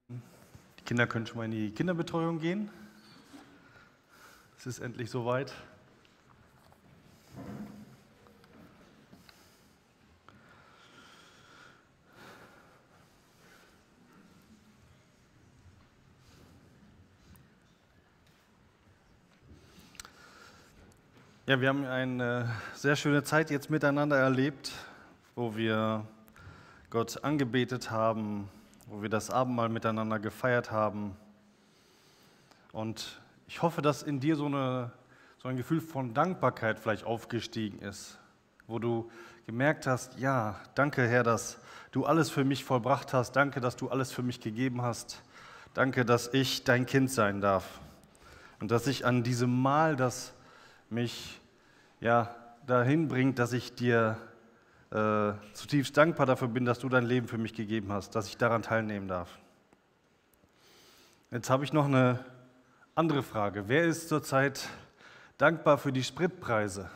Die Kinder können schon mal in die Kinderbetreuung gehen. Es ist endlich soweit. Ja, wir haben eine sehr schöne Zeit jetzt miteinander erlebt, wo wir Gott angebetet haben, wo wir das Abendmahl miteinander gefeiert haben. Und ich hoffe, dass in dir so ein Gefühl von Dankbarkeit vielleicht aufgestiegen ist, wo du gemerkt hast, ja, danke Herr, dass du alles für mich vollbracht hast, danke, dass du alles für mich gegeben hast, danke, dass ich dein Kind sein darf und dass ich an diesem Mahl, das mich dahin bringt, dass ich dir zutiefst dankbar dafür bin, dass du dein Leben für mich gegeben hast, dass ich daran teilnehmen darf. Jetzt habe ich noch eine andere Frage. Wer ist zurzeit dankbar für die Spritpreise?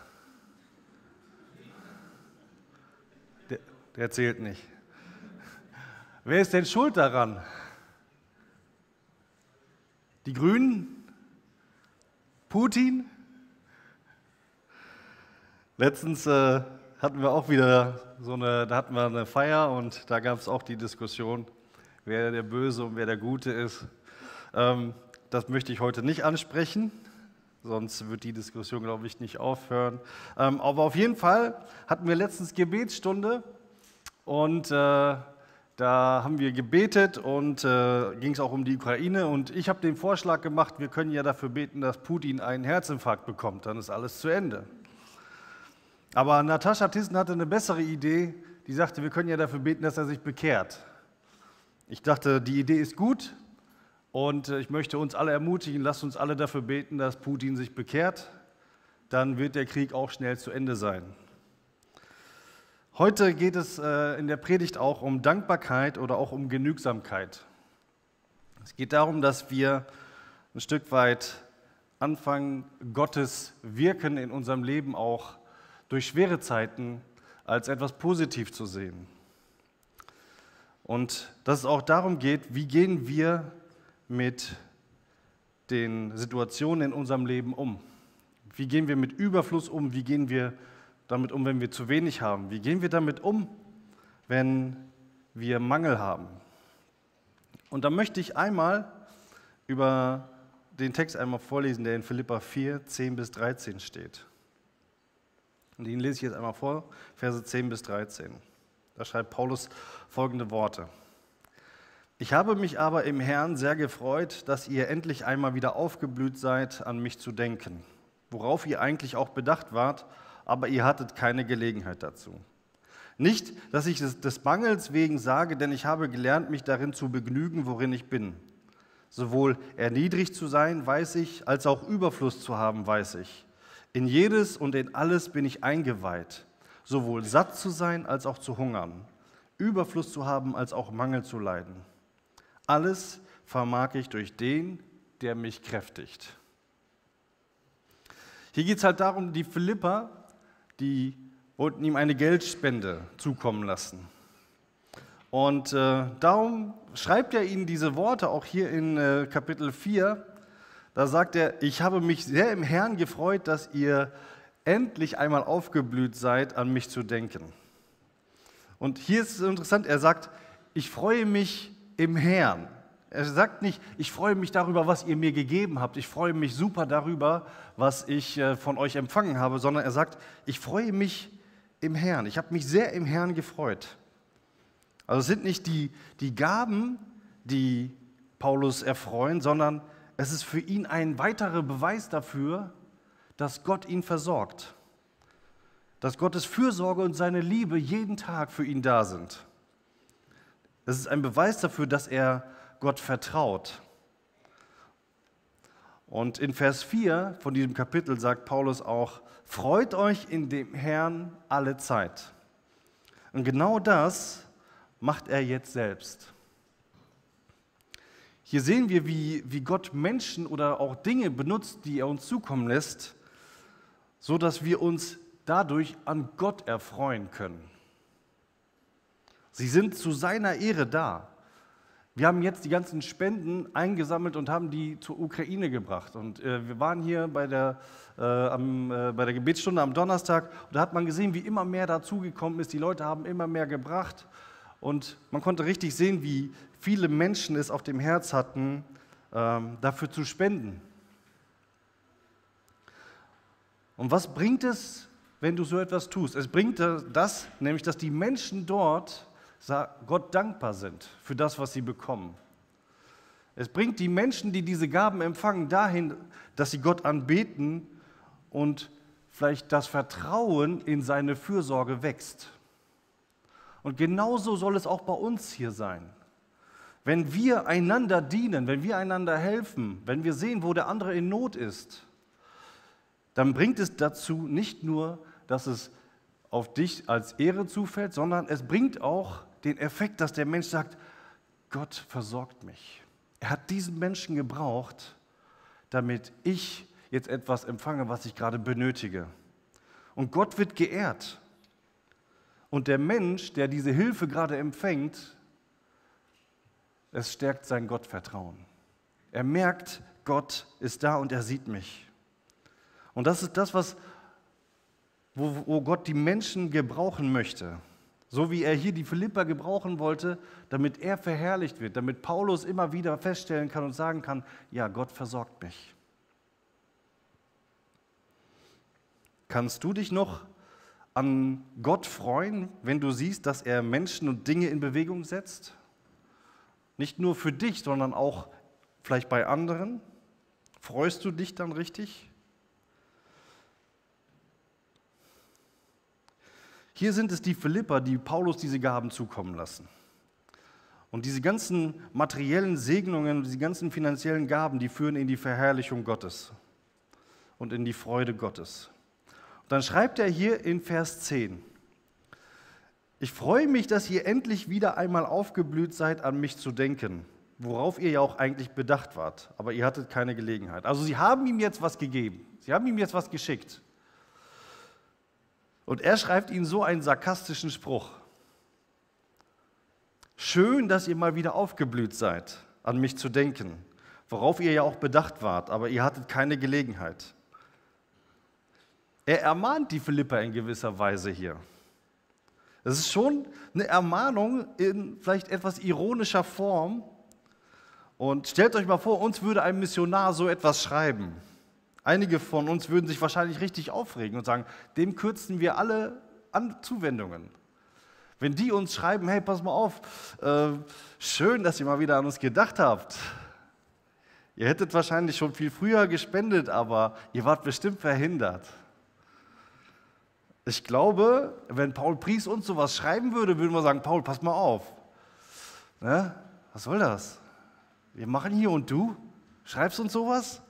Der zählt nicht. Wer ist denn schuld daran? Die Grünen? Putin? Letztens hatten wir auch wieder da hatten wir eine Feier und da gab es auch die Diskussion, wer der Böse und wer der Gute ist. Das möchte ich heute nicht ansprechen, sonst wird die Diskussion, glaube ich, nicht aufhören. Aber auf jeden Fall hatten wir letztens Gebetsstunde und da haben wir gebetet und ging es auch um die Ukraine und ich habe den Vorschlag gemacht, wir können ja dafür beten, dass Putin einen Herzinfarkt bekommt, dann ist alles zu Ende. Aber Natascha Thyssen hatte eine bessere Idee, die sagte, wir können ja dafür beten, dass er sich bekehrt. Ich dachte, die Idee ist gut und ich möchte uns alle ermutigen, lasst uns alle dafür beten, dass Putin sich bekehrt, dann wird der Krieg auch schnell zu Ende sein. Heute geht es in der Predigt auch um Dankbarkeit oder auch um Genügsamkeit. Es geht darum, dass wir ein Stück weit anfangen, Gottes Wirken in unserem Leben auch durch schwere Zeiten als etwas positiv zu sehen. Und dass es auch darum geht, wie gehen wir mit den Situationen in unserem Leben um? Wie gehen wir mit Überfluss um? Wie gehen wir damit um, wenn wir zu wenig haben? Wie gehen wir damit um, wenn wir Mangel haben? Und da möchte ich einmal über den Text einmal vorlesen, der in Philipper 4, 10 bis 13 steht. Und den lese ich jetzt einmal vor, Verse 10 bis 13. Da schreibt Paulus folgende Worte. Ich habe mich aber im Herrn sehr gefreut, dass ihr endlich einmal wieder aufgeblüht seid, an mich zu denken, worauf ihr eigentlich auch bedacht wart, aber ihr hattet keine Gelegenheit dazu. Nicht, dass ich es des Mangels wegen sage, denn ich habe gelernt, mich darin zu begnügen, worin ich bin. Sowohl erniedrigt zu sein, weiß ich, als auch Überfluss zu haben, weiß ich. In jedes und in alles bin ich eingeweiht, sowohl satt zu sein als auch zu hungern, Überfluss zu haben als auch Mangel zu leiden. Alles vermag ich durch den, der mich kräftigt. Hier geht es halt darum, die Philipper, die wollten ihm eine Geldspende zukommen lassen. Und darum schreibt er ihnen diese Worte auch hier in Kapitel 4. Da sagt er, ich habe mich sehr im Herrn gefreut, dass ihr endlich einmal aufgeblüht seid, an mich zu denken. Und hier ist es interessant, er sagt, ich freue mich im Herrn. Er sagt nicht, ich freue mich darüber, was ihr mir gegeben habt, ich freue mich super darüber, was ich von euch empfangen habe, sondern er sagt, ich freue mich im Herrn. Ich habe mich sehr im Herrn gefreut. Also es sind nicht die Gaben, die Paulus erfreuen, sondern es ist für ihn ein weiterer Beweis dafür, dass Gott ihn versorgt. Dass Gottes Fürsorge und seine Liebe jeden Tag für ihn da sind. Es ist ein Beweis dafür, dass er Gott vertraut. Und in Vers 4 von diesem Kapitel sagt Paulus auch, freut euch in dem Herrn alle Zeit. Und genau das macht er jetzt selbst. Hier sehen wir, wie Gott Menschen oder auch Dinge benutzt, die er uns zukommen lässt, so dass wir uns dadurch an Gott erfreuen können. Sie sind zu seiner Ehre da. Wir haben jetzt die ganzen Spenden eingesammelt und haben die zur Ukraine gebracht. Und wir waren hier bei der Gebetsstunde am Donnerstag und da hat man gesehen, wie immer mehr dazugekommen ist. Die Leute haben immer mehr gebracht und man konnte richtig sehen, wie viele Menschen es auf dem Herz hatten, dafür zu spenden. Und was bringt es, wenn du so etwas tust? Es bringt das, nämlich, dass die Menschen dort Gott dankbar sind für das, was sie bekommen. Es bringt die Menschen, die diese Gaben empfangen, dahin, dass sie Gott anbeten und vielleicht das Vertrauen in seine Fürsorge wächst. Und genauso soll es auch bei uns hier sein. Wenn wir einander dienen, wenn wir einander helfen, wenn wir sehen, wo der andere in Not ist, dann bringt es dazu nicht nur, dass es auf dich als Ehre zufällt, sondern es bringt auch den Effekt, dass der Mensch sagt, Gott versorgt mich. Er hat diesen Menschen gebraucht, damit ich jetzt etwas empfange, was ich gerade benötige. Und Gott wird geehrt. Und der Mensch, der diese Hilfe gerade empfängt, es stärkt sein Gottvertrauen. Er merkt, Gott ist da und er sieht mich. Und das ist das, wo Gott die Menschen gebrauchen möchte. So wie er hier die Philipper gebrauchen wollte, damit er verherrlicht wird, damit Paulus immer wieder feststellen kann und sagen kann, ja, Gott versorgt mich. Kannst du dich noch an Gott freuen, wenn du siehst, dass er Menschen und Dinge in Bewegung setzt? Nicht nur für dich, sondern auch vielleicht bei anderen? Freust du dich dann richtig? Hier sind es die Philipper, die Paulus diese Gaben zukommen lassen. Und diese ganzen materiellen Segnungen, diese ganzen finanziellen Gaben, die führen in die Verherrlichung Gottes und in die Freude Gottes. Und dann schreibt er hier in Vers 10, ich freue mich, dass ihr endlich wieder einmal aufgeblüht seid, an mich zu denken, worauf ihr ja auch eigentlich bedacht wart, aber ihr hattet keine Gelegenheit. Also sie haben ihm jetzt was gegeben, sie haben ihm jetzt was geschickt. Und er schreibt ihnen so einen sarkastischen Spruch. Schön, dass ihr mal wieder aufgeblüht seid, an mich zu denken, worauf ihr ja auch bedacht wart, aber ihr hattet keine Gelegenheit. Er ermahnt die Philipper in gewisser Weise hier. Es ist schon eine Ermahnung in vielleicht etwas ironischer Form. Und stellt euch mal vor, uns würde ein Missionar so etwas schreiben. Einige von uns würden sich wahrscheinlich richtig aufregen und sagen, dem kürzen wir alle Zuwendungen. Wenn die uns schreiben, hey, pass mal auf, schön, dass ihr mal wieder an uns gedacht habt. Ihr hättet wahrscheinlich schon viel früher gespendet, aber ihr wart bestimmt verhindert. Ich glaube, wenn Paul Pries uns sowas schreiben würde, würden wir sagen, Paul, pass mal auf. Ne? Was soll das? Wir machen hier und du schreibst uns sowas?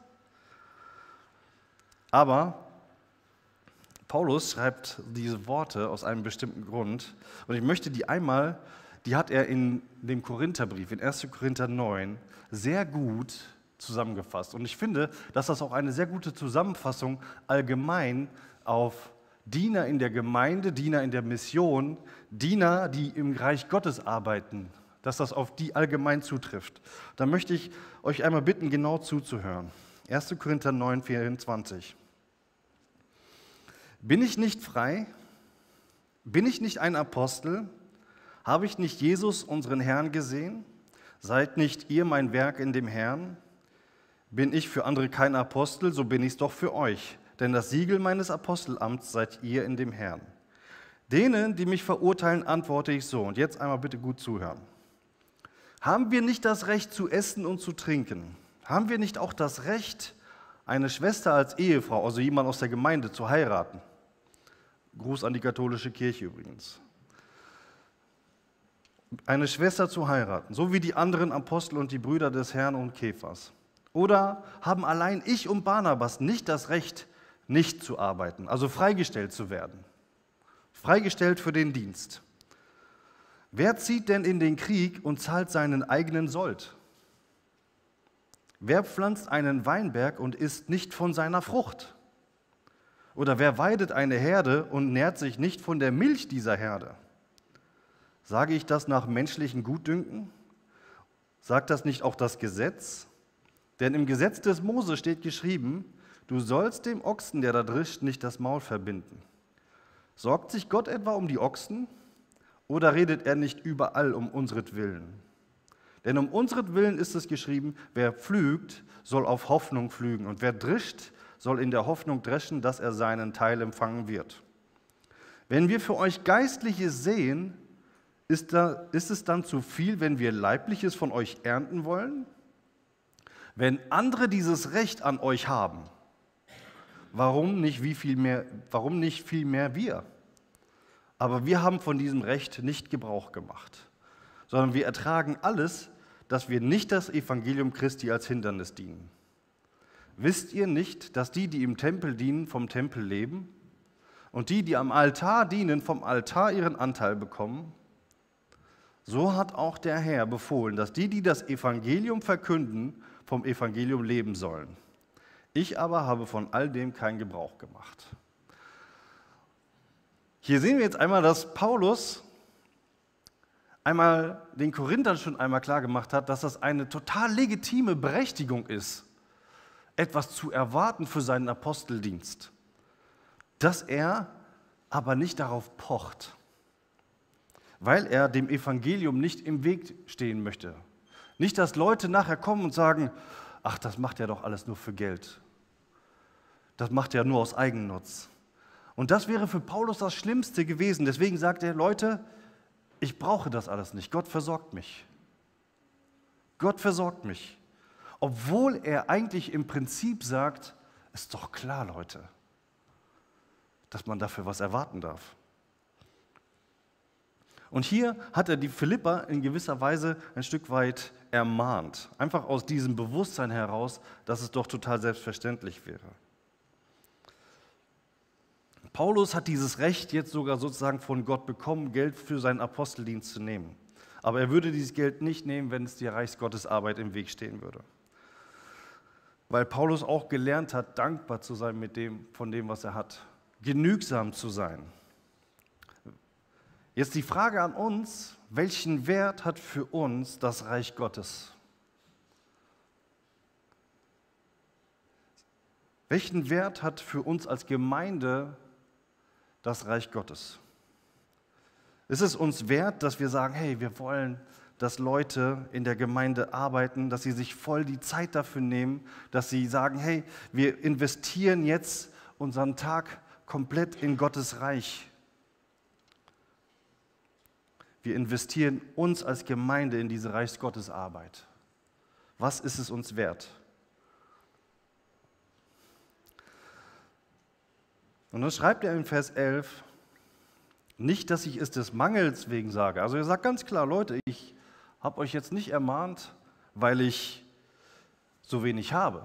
Aber Paulus schreibt diese Worte aus einem bestimmten Grund und ich möchte die hat er in dem Korintherbrief, in 1. Korinther 9, sehr gut zusammengefasst. Und ich finde, dass das auch eine sehr gute Zusammenfassung allgemein auf Diener in der Gemeinde, Diener in der Mission, Diener, die im Reich Gottes arbeiten, dass das auf die allgemein zutrifft. Da möchte ich euch einmal bitten, genau zuzuhören. 1. Korinther 9, 24. Bin ich nicht frei? Bin ich nicht ein Apostel? Habe ich nicht Jesus, unseren Herrn, gesehen? Seid nicht ihr mein Werk in dem Herrn? Bin ich für andere kein Apostel, so bin ich es doch für euch. Denn das Siegel meines Apostelamts seid ihr in dem Herrn. Denen, die mich verurteilen, antworte ich so. Und jetzt einmal bitte gut zuhören. Haben wir nicht das Recht zu essen und zu trinken? Haben wir nicht auch das Recht, eine Schwester als Ehefrau, also jemand aus der Gemeinde, zu heiraten? Gruß an die katholische Kirche übrigens. Eine Schwester zu heiraten, so wie die anderen Apostel und die Brüder des Herrn und Kephas. Oder haben allein ich und Barnabas nicht das Recht, nicht zu arbeiten, also freigestellt zu werden? Freigestellt für den Dienst. Wer zieht denn in den Krieg und zahlt seinen eigenen Sold? Wer pflanzt einen Weinberg und isst nicht von seiner Frucht? Oder wer weidet eine Herde und nährt sich nicht von der Milch dieser Herde? Sage ich das nach menschlichen Gutdünken? Sagt das nicht auch das Gesetz? Denn im Gesetz des Mose steht geschrieben, du sollst dem Ochsen, der da drischt, nicht das Maul verbinden. Sorgt sich Gott etwa um die Ochsen oder redet er nicht überall um unsretwillen? Denn um unsretwillen ist es geschrieben, wer pflügt, soll auf Hoffnung pflügen und wer drischt, soll in der Hoffnung dreschen, dass er seinen Teil empfangen wird. Wenn wir für euch Geistliches sehen, ist es dann zu viel, wenn wir Leibliches von euch ernten wollen? Wenn andere dieses Recht an euch haben, warum nicht viel mehr wir? Aber wir haben von diesem Recht nicht Gebrauch gemacht, sondern wir ertragen alles, dass wir nicht das Evangelium Christi als Hindernis dienen. Wisst ihr nicht, dass die im Tempel dienen, vom Tempel leben und die am Altar dienen, vom Altar ihren Anteil bekommen? So hat auch der Herr befohlen, dass die das Evangelium verkünden, vom Evangelium leben sollen. Ich aber habe von all dem keinen Gebrauch gemacht. Hier sehen wir jetzt einmal, dass Paulus einmal den Korinthern schon einmal klar gemacht hat, dass das eine total legitime Berechtigung ist, etwas zu erwarten für seinen Aposteldienst, dass er aber nicht darauf pocht, weil er dem Evangelium nicht im Weg stehen möchte. Nicht, dass Leute nachher kommen und sagen, ach, das macht er doch alles nur für Geld. Das macht er nur aus Eigennutz. Und das wäre für Paulus das Schlimmste gewesen. Deswegen sagt er, Leute, ich brauche das alles nicht. Gott versorgt mich. Gott versorgt mich. Obwohl er eigentlich im Prinzip sagt, ist doch klar, Leute, dass man dafür was erwarten darf. Und hier hat er die Philipper in gewisser Weise ein Stück weit ermahnt. Einfach aus diesem Bewusstsein heraus, dass es doch total selbstverständlich wäre. Paulus hat dieses Recht jetzt sogar sozusagen von Gott bekommen, Geld für seinen Aposteldienst zu nehmen. Aber er würde dieses Geld nicht nehmen, wenn es der Reichsgottesarbeit im Weg stehen würde. Weil Paulus auch gelernt hat, dankbar zu sein von dem, was er hat. Genügsam zu sein. Jetzt die Frage an uns, welchen Wert hat für uns das Reich Gottes? Welchen Wert hat für uns als Gemeinde das Reich Gottes? Ist es uns wert, dass wir sagen, hey, wir wollen, dass Leute in der Gemeinde arbeiten, dass sie sich voll die Zeit dafür nehmen, dass sie sagen, hey, wir investieren jetzt unseren Tag komplett in Gottes Reich. Wir investieren uns als Gemeinde in diese Reichsgottesarbeit. Was ist es uns wert? Und dann schreibt er in Vers 11, nicht, dass ich es des Mangels wegen sage. Also er sagt ganz klar, Leute, ich habe euch jetzt nicht ermahnt, weil ich so wenig habe.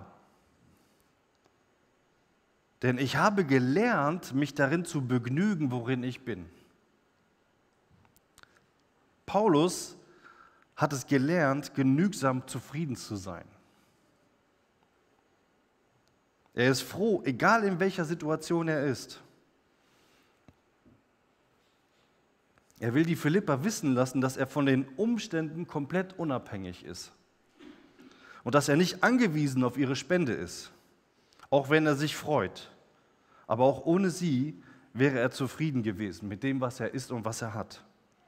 Denn ich habe gelernt, mich darin zu begnügen, worin ich bin. Paulus hat es gelernt, genügsam zufrieden zu sein. Er ist froh, egal in welcher Situation er ist. Er will die Philipper wissen lassen, dass er von den Umständen komplett unabhängig ist und dass er nicht angewiesen auf ihre Spende ist, auch wenn er sich freut. Aber auch ohne sie wäre er zufrieden gewesen mit dem, was er ist und was er hat.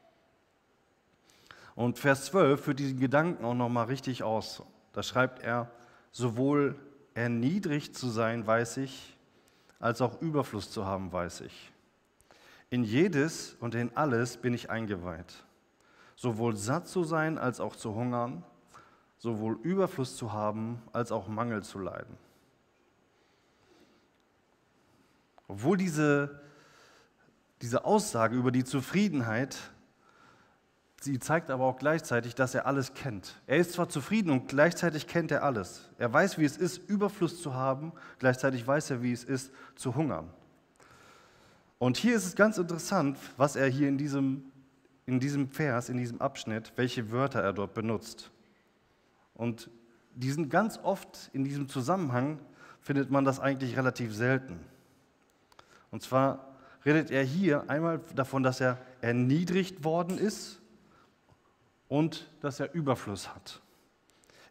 Und Vers 12 führt diesen Gedanken auch nochmal richtig aus. Da schreibt er, sowohl erniedrigt zu sein, weiß ich, als auch Überfluss zu haben, weiß ich. In jedes und in alles bin ich eingeweiht, sowohl satt zu sein, als auch zu hungern, sowohl Überfluss zu haben, als auch Mangel zu leiden. Obwohl diese Aussage über die Zufriedenheit, sie zeigt aber auch gleichzeitig, dass er alles kennt. Er ist zwar zufrieden und gleichzeitig kennt er alles. Er weiß, wie es ist, Überfluss zu haben, gleichzeitig weiß er, wie es ist, zu hungern. Und hier ist es ganz interessant, was er hier in diesem Vers, in diesem Abschnitt, welche Wörter er dort benutzt. Und die sind ganz oft in diesem Zusammenhang, findet man das eigentlich relativ selten. Und zwar redet er hier einmal davon, dass er erniedrigt worden ist und dass er Überfluss hat.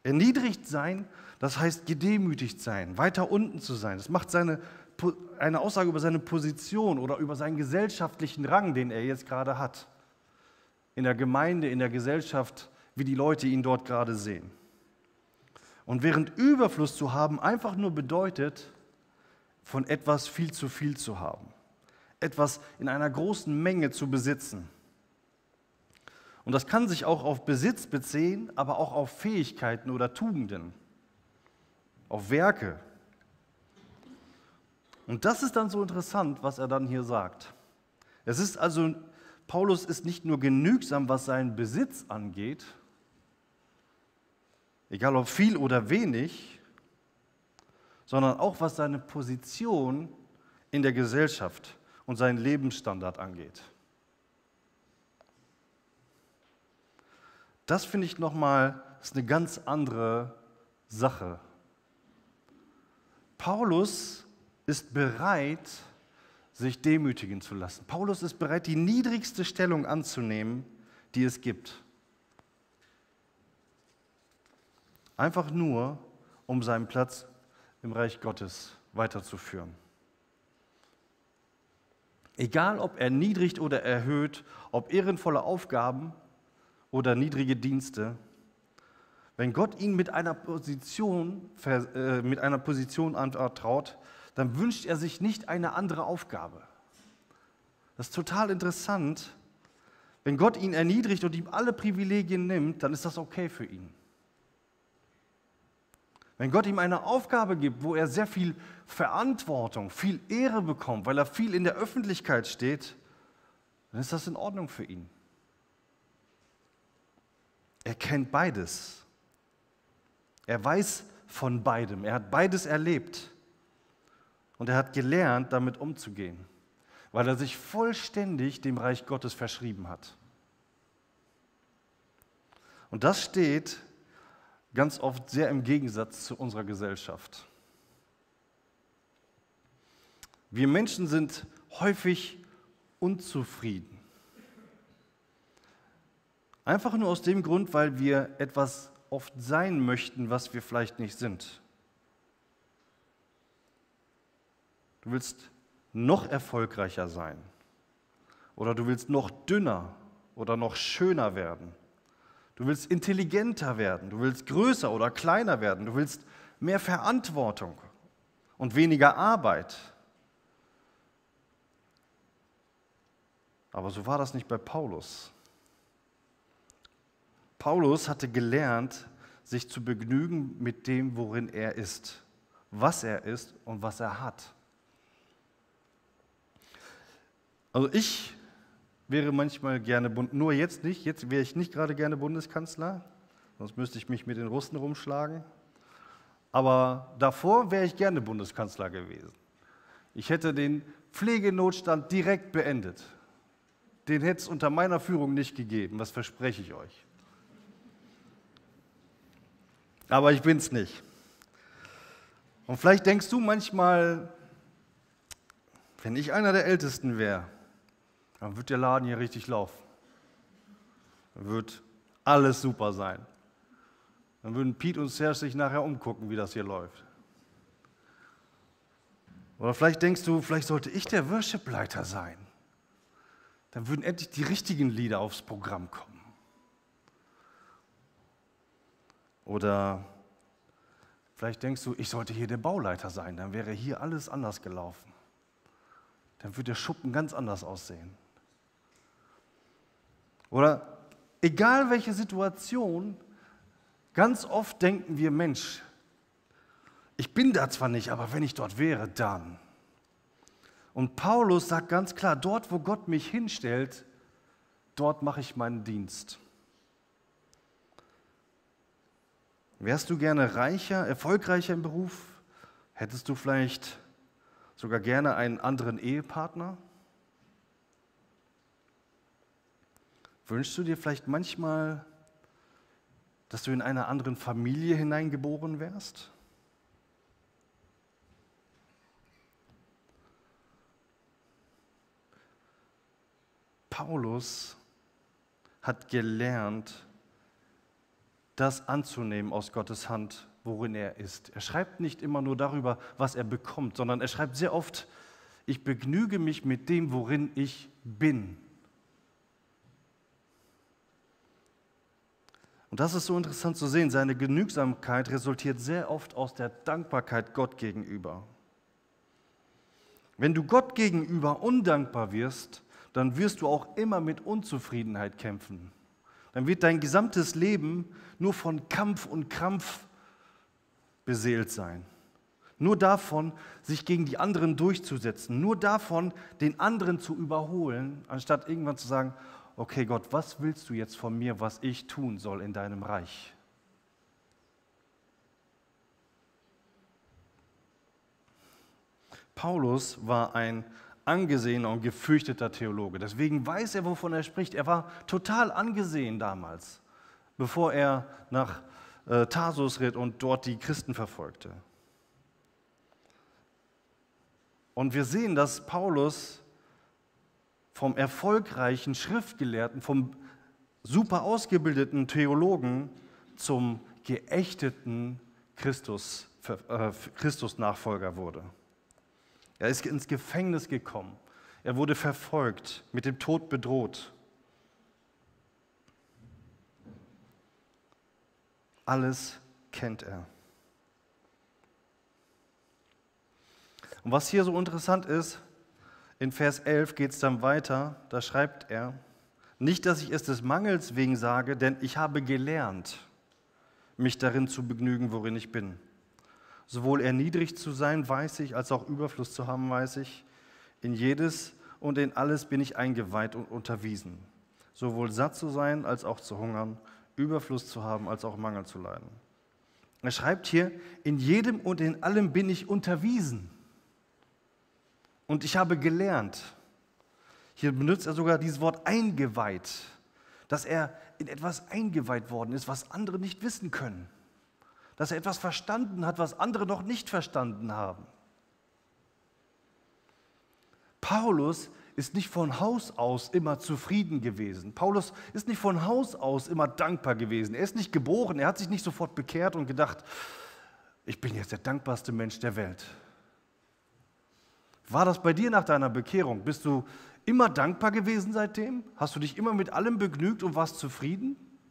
Erniedrigt sein, das heißt gedemütigt sein, weiter unten zu sein. Das macht eine Aussage über seine Position oder über seinen gesellschaftlichen Rang, den er jetzt gerade hat. In der Gemeinde, in der Gesellschaft, wie die Leute ihn dort gerade sehen. Und während Überfluss zu haben einfach nur bedeutet, von etwas viel zu haben. Etwas in einer großen Menge zu besitzen. Und das kann sich auch auf Besitz beziehen, aber auch auf Fähigkeiten oder Tugenden, auf Werke. Und das ist dann so interessant, was er dann hier sagt. Es ist also, Paulus ist nicht nur genügsam, was seinen Besitz angeht, egal ob viel oder wenig, sondern auch was seine Position in der Gesellschaft und seinen Lebensstandard angeht. Das finde ich nochmal, ist eine ganz andere Sache. Paulus ist bereit, sich demütigen zu lassen. Paulus ist bereit, die niedrigste Stellung anzunehmen, die es gibt. Einfach nur, um seinen Platz im Reich Gottes weiterzuführen. Egal, ob erniedrigt oder erhöht, ob ehrenvolle Aufgaben oder niedrige Dienste, wenn Gott ihn mit einer Position anvertraut, dann wünscht er sich nicht eine andere Aufgabe. Das ist total interessant. Wenn Gott ihn erniedrigt und ihm alle Privilegien nimmt, dann ist das okay für ihn. Wenn Gott ihm eine Aufgabe gibt, wo er sehr viel Verantwortung, viel Ehre bekommt, weil er viel in der Öffentlichkeit steht, dann ist das in Ordnung für ihn. Er kennt beides. Er weiß von beidem. Er hat beides erlebt. Und er hat gelernt, damit umzugehen, weil er sich vollständig dem Reich Gottes verschrieben hat. Und das steht ganz oft sehr im Gegensatz zu unserer Gesellschaft. Wir Menschen sind häufig unzufrieden. Einfach nur aus dem Grund, weil wir etwas oft sein möchten, was wir vielleicht nicht sind. Du willst noch erfolgreicher sein oder du willst noch dünner oder noch schöner werden. Du willst intelligenter werden, du willst größer oder kleiner werden, du willst mehr Verantwortung und weniger Arbeit. Aber so war das nicht bei Paulus. Paulus hatte gelernt, sich zu begnügen mit dem, worin er ist, was er ist und was er hat. Also ich wäre manchmal gerne, nur jetzt nicht, jetzt wäre ich nicht gerade gerne Bundeskanzler, sonst müsste ich mich mit den Russen rumschlagen. Aber davor wäre ich gerne Bundeskanzler gewesen. Ich hätte den Pflegenotstand direkt beendet. Den hätte es unter meiner Führung nicht gegeben, das verspreche ich euch. Aber ich bin es nicht. Und vielleicht denkst du manchmal, wenn ich einer der Ältesten wäre, dann wird der Laden hier richtig laufen. Dann wird alles super sein. Dann würden Piet und Serge sich nachher umgucken, wie das hier läuft. Oder vielleicht denkst du, vielleicht sollte ich der Worship-Leiter sein. Dann würden endlich die richtigen Lieder aufs Programm kommen. Oder vielleicht denkst du, ich sollte hier der Bauleiter sein, dann wäre hier alles anders gelaufen. Dann würde der Schuppen ganz anders aussehen. Oder egal welche Situation, ganz oft denken wir, Mensch, ich bin da zwar nicht, aber wenn ich dort wäre, dann. Und Paulus sagt ganz klar, dort wo Gott mich hinstellt, dort mache ich meinen Dienst. Wärst du gerne reicher, erfolgreicher im Beruf? Hättest du vielleicht sogar gerne einen anderen Ehepartner? Wünschst du dir vielleicht manchmal, dass du in einer anderen Familie hineingeboren wärst? Paulus hat gelernt, das anzunehmen aus Gottes Hand, worin er ist. Er schreibt nicht immer nur darüber, was er bekommt, sondern er schreibt sehr oft, ich begnüge mich mit dem, worin ich bin. Und das ist so interessant zu sehen. Seine Genügsamkeit resultiert sehr oft aus der Dankbarkeit Gott gegenüber. Wenn du Gott gegenüber undankbar wirst, dann wirst du auch immer mit Unzufriedenheit kämpfen. Dann wird dein gesamtes Leben nur von Kampf und Krampf beseelt sein. Nur davon, sich gegen die anderen durchzusetzen. Nur davon, den anderen zu überholen, anstatt irgendwann zu sagen, okay Gott, was willst du jetzt von mir, was ich tun soll in deinem Reich? Paulus war ein angesehener und gefürchteter Theologe. Deswegen weiß er, wovon er spricht. Er war total angesehen damals, bevor er nach Tarsus ritt und dort die Christen verfolgte. Und wir sehen, dass Paulus vom erfolgreichen Schriftgelehrten, vom super ausgebildeten Theologen zum geächteten Christusnachfolger wurde. Er ist ins Gefängnis gekommen. Er wurde verfolgt, mit dem Tod bedroht. Alles kennt er. Und was hier so interessant ist, in Vers 11 geht es dann weiter, da schreibt er, nicht, dass ich es des Mangels wegen sage, denn ich habe gelernt, mich darin zu begnügen, worin ich bin. Sowohl erniedrigt zu sein, weiß ich, als auch Überfluss zu haben, weiß ich. In jedes und in alles bin ich eingeweiht und unterwiesen. Sowohl satt zu sein, als auch zu hungern, Überfluss zu haben, als auch Mangel zu leiden. Er schreibt hier, in jedem und in allem bin ich unterwiesen. Und ich habe gelernt. Hier benutzt er sogar dieses Wort eingeweiht, dass er in etwas eingeweiht worden ist, was andere nicht wissen können. Dass er etwas verstanden hat, was andere noch nicht verstanden haben. Paulus ist nicht von Haus aus immer zufrieden gewesen. Paulus ist nicht von Haus aus immer dankbar gewesen. Er ist nicht geboren, er hat sich nicht sofort bekehrt und gedacht, ich bin jetzt der dankbarste Mensch der Welt. War das bei dir nach deiner Bekehrung? Bist du immer dankbar gewesen seitdem? Hast du dich immer mit allem begnügt und warst zufrieden?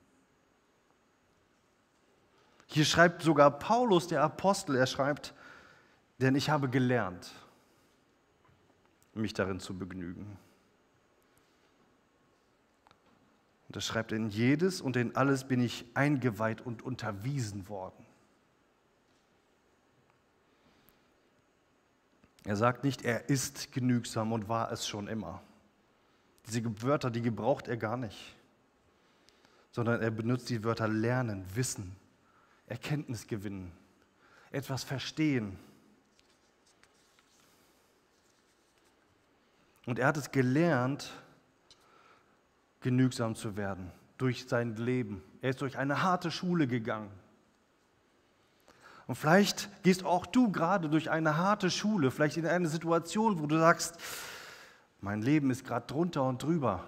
Hier schreibt sogar Paulus, der Apostel, er schreibt, denn ich habe gelernt, mich darin zu begnügen. Und er schreibt, in jedes und in alles bin ich eingeweiht und unterwiesen worden. Er sagt nicht, er ist genügsam und war es schon immer. Diese Wörter, die gebraucht er gar nicht, sondern er benutzt die Wörter lernen, wissen, Erkenntnis gewinnen, etwas verstehen. Und er hat es gelernt, genügsam zu werden durch sein Leben. Er ist durch eine harte Schule gegangen. Und vielleicht gehst auch du gerade durch eine harte Schule, vielleicht in eine Situation, wo du sagst, mein Leben ist gerade drunter und drüber.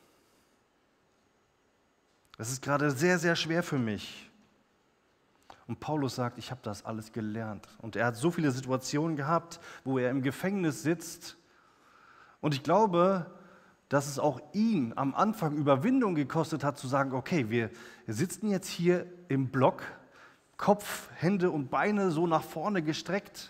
Es ist gerade sehr, sehr schwer für mich. Und Paulus sagt, ich habe das alles gelernt. Und er hat so viele Situationen gehabt, wo er im Gefängnis sitzt. Und ich glaube, dass es auch ihn am Anfang Überwindung gekostet hat, zu sagen, okay, wir sitzen jetzt hier im Block, Kopf, Hände und Beine so nach vorne gestreckt.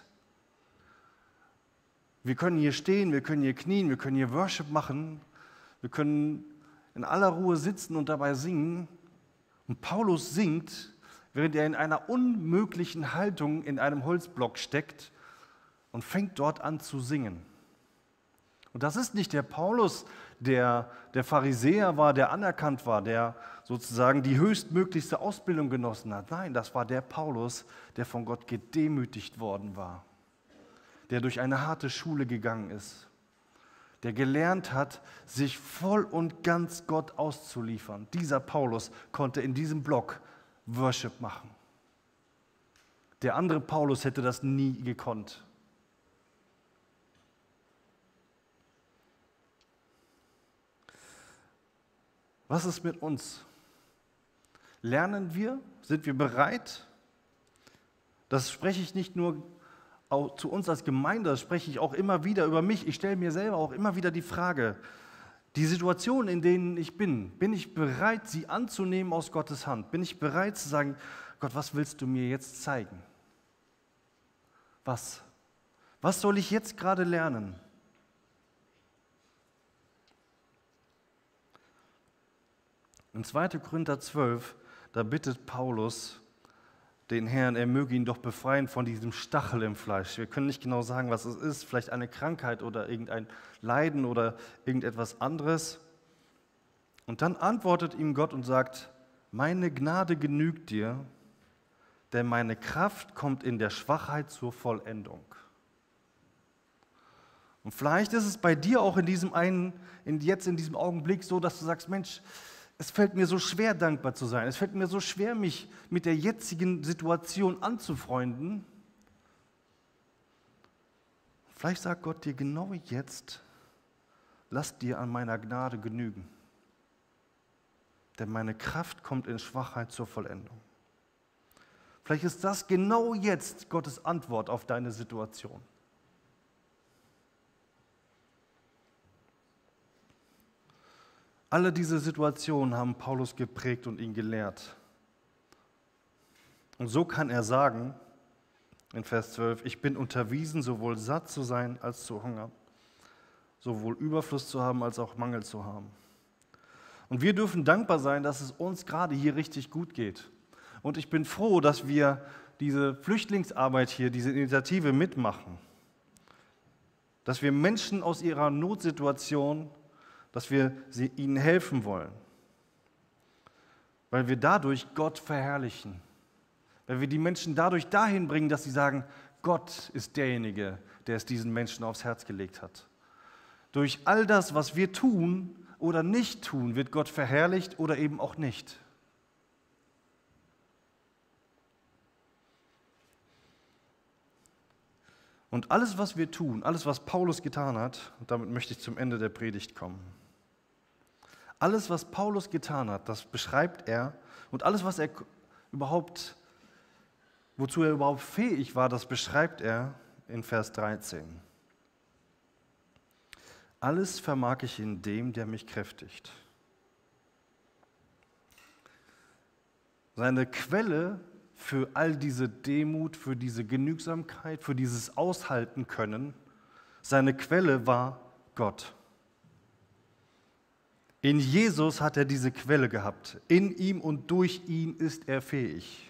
Wir können hier stehen, wir können hier knien, wir können hier Worship machen, wir können in aller Ruhe sitzen und dabei singen. Und Paulus singt, während er in einer unmöglichen Haltung in einem Holzblock steckt und fängt dort an zu singen. Und das ist nicht der Paulus, der Pharisäer war, der anerkannt war, der sozusagen die höchstmöglichste Ausbildung genossen hat. Nein, das war der Paulus, der von Gott gedemütigt worden war, der durch eine harte Schule gegangen ist, der gelernt hat, sich voll und ganz Gott auszuliefern. Dieser Paulus konnte in diesem Block Worship machen. Der andere Paulus hätte das nie gekonnt. Was ist mit uns? Lernen wir? Sind wir bereit? Das spreche ich nicht nur auch zu uns als Gemeinde, das spreche ich auch immer wieder über mich. Ich stelle mir selber auch immer wieder die Frage, die Situationen, in denen ich bin ich bereit, sie anzunehmen aus Gottes Hand? Bin ich bereit zu sagen, Gott, was willst du mir jetzt zeigen? Was? Was soll ich jetzt gerade lernen? In 2. Korinther 12, da bittet Paulus den Herrn, er möge ihn doch befreien von diesem Stachel im Fleisch. Wir können nicht genau sagen, was es ist, vielleicht eine Krankheit oder irgendein Leiden oder irgendetwas anderes. Und dann antwortet ihm Gott und sagt, meine Gnade genügt dir, denn meine Kraft kommt in der Schwachheit zur Vollendung. Und vielleicht ist es bei dir auch in diesem Augenblick so, dass du sagst, Mensch, es fällt mir so schwer, dankbar zu sein. Es fällt mir so schwer, mich mit der jetzigen Situation anzufreunden. Vielleicht sagt Gott dir genau jetzt, lass dir an meiner Gnade genügen. Denn meine Kraft kommt in Schwachheit zur Vollendung. Vielleicht ist das genau jetzt Gottes Antwort auf deine Situation. Alle diese Situationen haben Paulus geprägt und ihn gelehrt. Und so kann er sagen, in Vers 12, ich bin unterwiesen, sowohl satt zu sein als zu hungern, sowohl Überfluss zu haben als auch Mangel zu haben. Und wir dürfen dankbar sein, dass es uns gerade hier richtig gut geht. Und ich bin froh, dass wir diese Flüchtlingsarbeit hier, diese Initiative mitmachen. Dass wir Menschen aus ihrer Notsituation, dass wir ihnen helfen wollen. Weil wir dadurch Gott verherrlichen. Weil wir die Menschen dadurch dahin bringen, dass sie sagen, Gott ist derjenige, der es diesen Menschen aufs Herz gelegt hat. Durch all das, was wir tun oder nicht tun, wird Gott verherrlicht oder eben auch nicht. Und alles, was wir tun, alles, was Paulus getan hat, und damit möchte ich zum Ende der Predigt kommen. Alles, was Paulus getan hat, das beschreibt er, und alles, wozu er überhaupt fähig war, das beschreibt er in Vers 13. Alles vermag ich in dem, der mich kräftigt. Seine Quelle für all diese Demut, für diese Genügsamkeit, für dieses Aushalten können, seine Quelle war Gott. In Jesus hat er diese Quelle gehabt. In ihm und durch ihn ist er fähig.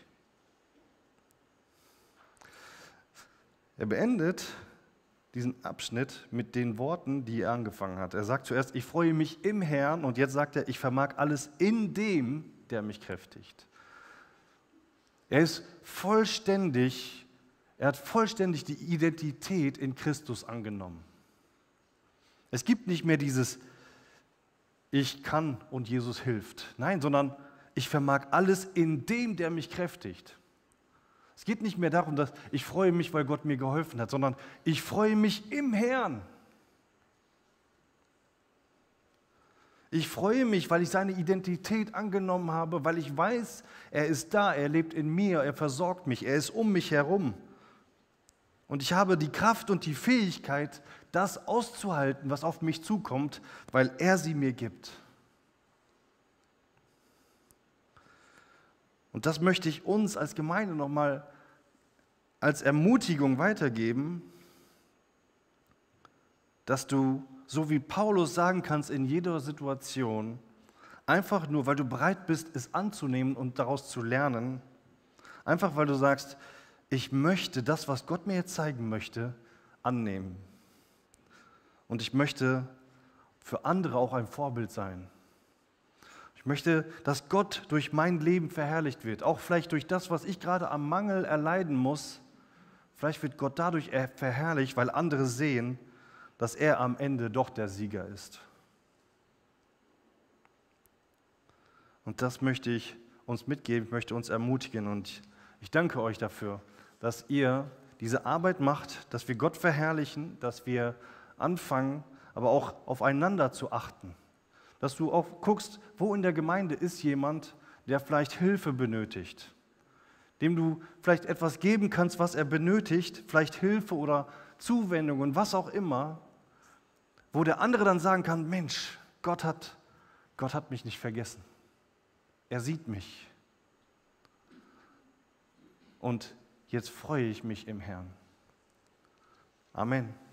Er beendet diesen Abschnitt mit den Worten, die er angefangen hat. Er sagt zuerst, ich freue mich im Herrn, und jetzt sagt er, ich vermag alles in dem, der mich kräftigt. Er hat vollständig die Identität in Christus angenommen. Es gibt nicht mehr dieses ich kann und Jesus hilft. Nein, sondern ich vermag alles in dem, der mich kräftigt. Es geht nicht mehr darum, dass ich freue mich, weil Gott mir geholfen hat, sondern ich freue mich im Herrn. Ich freue mich, weil ich seine Identität angenommen habe, weil ich weiß, er ist da, er lebt in mir, er versorgt mich, er ist um mich herum. Und ich habe die Kraft und die Fähigkeit, das auszuhalten, was auf mich zukommt, weil er sie mir gibt. Und das möchte ich uns als Gemeinde nochmal als Ermutigung weitergeben, dass du, so wie Paulus sagen kannst in jeder Situation, einfach nur, weil du bereit bist, es anzunehmen und daraus zu lernen, einfach weil du sagst, ich möchte das, was Gott mir jetzt zeigen möchte, annehmen. Und ich möchte für andere auch ein Vorbild sein. Ich möchte, dass Gott durch mein Leben verherrlicht wird, auch vielleicht durch das, was ich gerade am Mangel erleiden muss. Vielleicht wird Gott dadurch verherrlicht, weil andere sehen, dass er am Ende doch der Sieger ist. Und das möchte ich uns mitgeben, ich möchte uns ermutigen, und ich danke euch dafür, dass ihr diese Arbeit macht, dass wir Gott verherrlichen, dass wir anfangen, aber auch aufeinander zu achten. Dass du auch guckst, wo in der Gemeinde ist jemand, der vielleicht Hilfe benötigt, dem du vielleicht etwas geben kannst, was er benötigt, vielleicht Hilfe oder Zuwendung und was auch immer, wo der andere dann sagen kann, Mensch, Gott hat mich nicht vergessen. Er sieht mich. Und jetzt freue ich mich im Herrn. Amen.